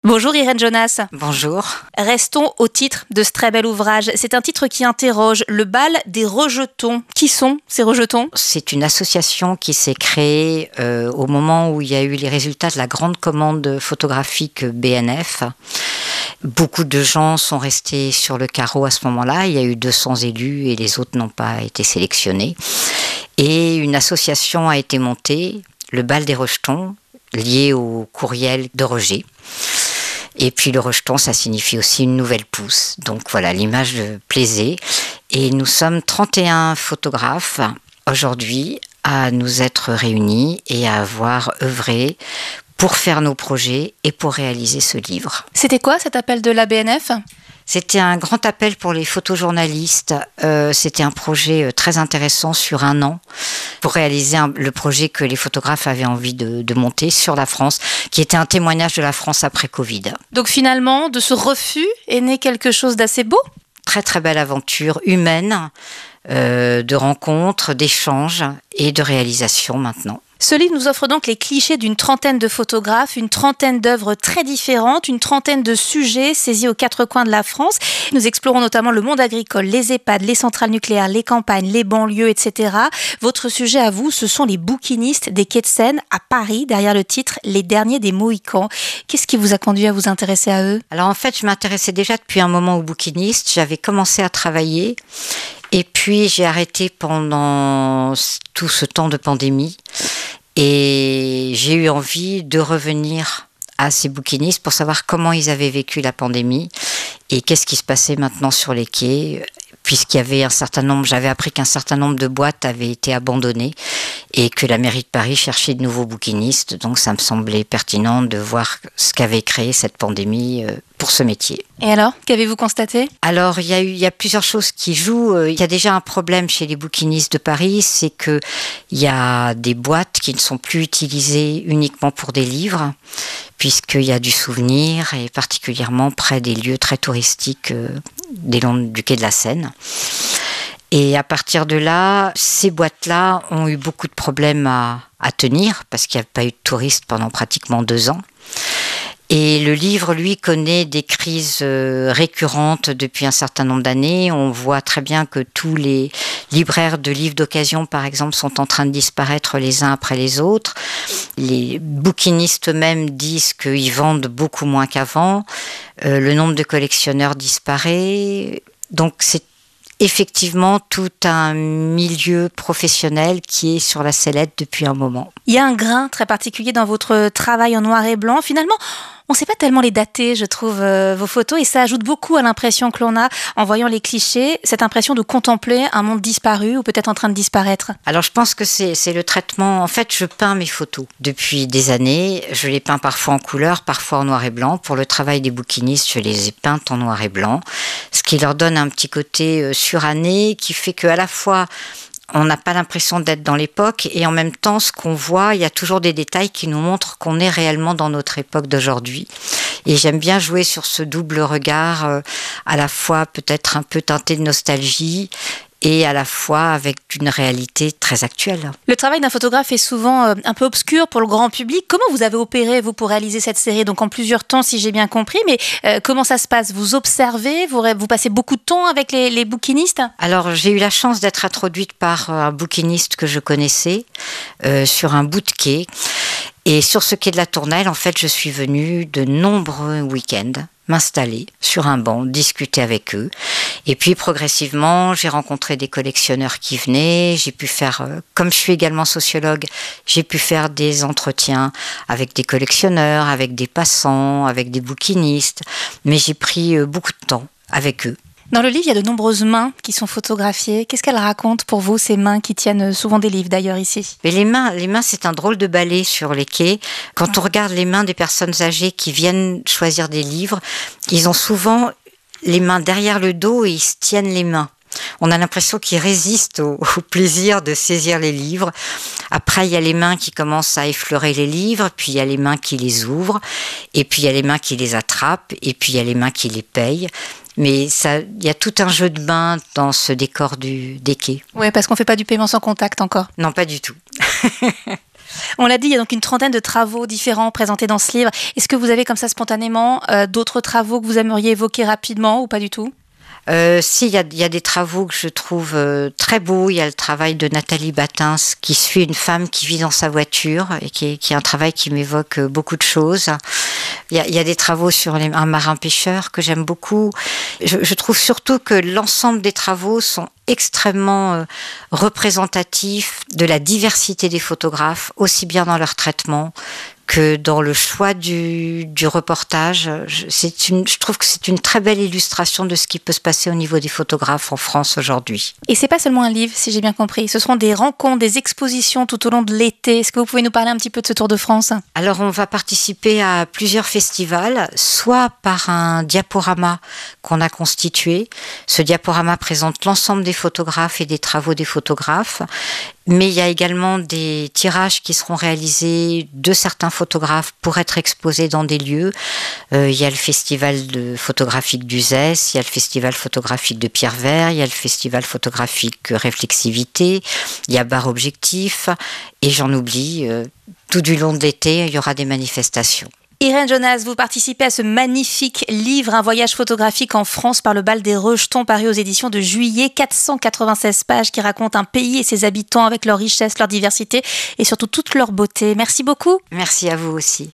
Bonjour Irène Jonas. Bonjour. Restons au titre de ce très bel ouvrage. C'est un titre qui interroge le bal des rejetons. Qui sont ces rejetons ? C'est une association qui s'est créée au moment où il y a eu les résultats de la grande commande photographique BNF. Beaucoup de gens sont restés sur le carreau à ce moment-là. Il y a eu 200 élus et les autres n'ont pas été sélectionnés. Et une association a été montée, le bal des rejetons, lié au courriel de rejet. Et puis le rejeton, ça signifie aussi une nouvelle pousse. Donc voilà, l'image plaisait. Et nous sommes 31 photographes aujourd'hui à nous être réunis et à avoir œuvré pour faire nos projets et pour réaliser ce livre. C'était quoi cet appel de la BNF ? C'était un grand appel pour les photojournalistes. C'était un projet très intéressant sur 1 an pour réaliser le projet que les photographes avaient envie de monter sur la France, qui était un témoignage de la France après Covid. Donc finalement, de ce refus est né quelque chose d'assez beau ? Très très belle aventure humaine, de rencontres, d'échanges et de réalisations maintenant. Ce livre nous offre donc les clichés d'une trentaine de photographes, une trentaine d'œuvres très différentes, une trentaine de sujets saisis aux 4 coins de la France. Nous explorons notamment le monde agricole, les EHPAD, les centrales nucléaires, les campagnes, les banlieues, etc. Votre sujet à vous, ce sont les bouquinistes des quais de Seine à Paris, derrière le titre « Les derniers des Mohicans ». Qu'est-ce qui vous a conduit à vous intéresser à eux ? Alors en fait, je m'intéressais déjà depuis un moment aux bouquinistes. J'avais commencé à travailler et puis j'ai arrêté pendant tout ce temps de pandémie. Et j'ai eu envie de revenir à ces bouquinistes pour savoir comment ils avaient vécu la pandémie et qu'est-ce qui se passait maintenant sur les quais, puisqu'il y avait j'avais appris qu'un certain nombre de boîtes avaient été abandonnées et que la mairie de Paris cherchait de nouveaux bouquinistes. Donc ça me semblait pertinent de voir ce qu'avait créé cette pandémie pour ce métier. Et alors, qu'avez-vous constaté ? Alors, il y a plusieurs choses qui jouent. Il y a déjà un problème chez les bouquinistes de Paris, c'est qu'il y a des boîtes qui ne sont plus utilisées uniquement pour des livres, puisqu'il y a du souvenir, et particulièrement près des lieux très touristiques des longs du quai de la Seine. Et à partir de là, ces boîtes-là ont eu beaucoup de problèmes à tenir, parce qu'il n'y a pas eu de touristes pendant pratiquement 2 ans. Et le livre, lui, connaît des crises récurrentes depuis un certain nombre d'années. On voit très bien que tous les libraires de livres d'occasion, par exemple, sont en train de disparaître les uns après les autres. Les bouquinistes eux-mêmes disent qu'ils vendent beaucoup moins qu'avant. Le nombre de collectionneurs disparaît. Donc c'est effectivement tout un milieu professionnel qui est sur la sellette depuis un moment. Il y a un grain très particulier dans votre travail en noir et blanc. Finalement, on ne sait pas tellement les dater, je trouve, vos photos, et ça ajoute beaucoup à l'impression que l'on a en voyant les clichés, cette impression de contempler un monde disparu ou peut-être en train de disparaître. Alors je pense que c'est le traitement. En fait, je peins mes photos depuis des années. Je les peins parfois en couleur, parfois en noir et blanc. Pour le travail des bouquinistes, je les ai peintes en noir et blanc, ce qui leur donne un petit côté suranné qui fait qu'à la fois on n'a pas l'impression d'être dans l'époque et en même temps, ce qu'on voit, il y a toujours des détails qui nous montrent qu'on est réellement dans notre époque d'aujourd'hui. Et j'aime bien jouer sur ce double regard, à la fois peut-être un peu teinté de nostalgie et à la fois avec une réalité très actuelle. Le travail d'un photographe est souvent un peu obscur pour le grand public. Comment vous avez opéré, vous, pour réaliser cette série ? Donc en plusieurs temps, si j'ai bien compris, mais comment ça se passe ? Vous observez, vous passez beaucoup de temps avec les bouquinistes ? Alors j'ai eu la chance d'être introduite par un bouquiniste que je connaissais sur un bout de quai. Et sur ce quai de la Tournelle, en fait, je suis venue de nombreux week-ends m'installer sur un banc, discuter avec eux. Et puis progressivement, j'ai rencontré des collectionneurs qui venaient. J'ai pu faire, comme je suis également sociologue, j'ai pu faire des entretiens avec des collectionneurs, avec des passants, avec des bouquinistes. Mais j'ai pris beaucoup de temps avec eux. Dans le livre, il y a de nombreuses mains qui sont photographiées. Qu'est-ce qu'elles racontent pour vous, ces mains qui tiennent souvent des livres d'ailleurs ici ? Mais les mains, c'est un drôle de ballet sur les quais. Quand on regarde les mains des personnes âgées qui viennent choisir des livres, ils ont souvent les mains derrière le dos et ils se tiennent les mains. On a l'impression qu'ils résistent au plaisir de saisir les livres. Après, il y a les mains qui commencent à effleurer les livres, puis il y a les mains qui les ouvrent, et puis il y a les mains qui les attrapent, et puis il y a les mains qui les payent. Mais il y a tout un jeu de main dans ce décor des quais. Oui, parce qu'on ne fait pas du paiement sans contact encore. Non, pas du tout. On l'a dit, il y a donc une trentaine de travaux différents présentés dans ce livre. Est-ce que vous avez comme ça spontanément d'autres travaux que vous aimeriez évoquer rapidement ou pas du tout ? Si, il y a des travaux que je trouve très beaux. Il y a le travail de Nathalie Battins qui suit une femme qui vit dans sa voiture et qui est un travail qui m'évoque beaucoup de choses. Il y a des travaux sur un marin pêcheur que j'aime beaucoup. Je trouve surtout que l'ensemble des travaux sont extrêmement représentatifs de la diversité des photographes, aussi bien dans leur traitement que dans le choix du reportage. Je trouve que c'est une très belle illustration de ce qui peut se passer au niveau des photographes en France aujourd'hui. Et c'est pas seulement un livre, si j'ai bien compris. Ce seront des rencontres, des expositions tout au long de l'été. Est-ce que vous pouvez nous parler un petit peu de ce Tour de France ? Alors, on va participer à plusieurs festivals, soit par un diaporama qu'on a constitué. Ce diaporama présente l'ensemble des photographes et des travaux des photographes. Mais il y a également des tirages qui seront réalisés de certains photographes pour être exposés dans des lieux. Il y a le festival photographique d'Uzès, il y a le festival photographique de Pierrevert, il y a le festival photographique Réflexivité, il y a Bar Objectif, et j'en oublie. Tout du long de l'été, il y aura des manifestations. Irène Jonas, vous participez à ce magnifique livre, un voyage photographique en France par le bal des Rejetons, paru aux éditions de Juillet, 496 pages qui racontent un pays et ses habitants avec leur richesse, leur diversité et surtout toute leur beauté. Merci beaucoup. Merci à vous aussi.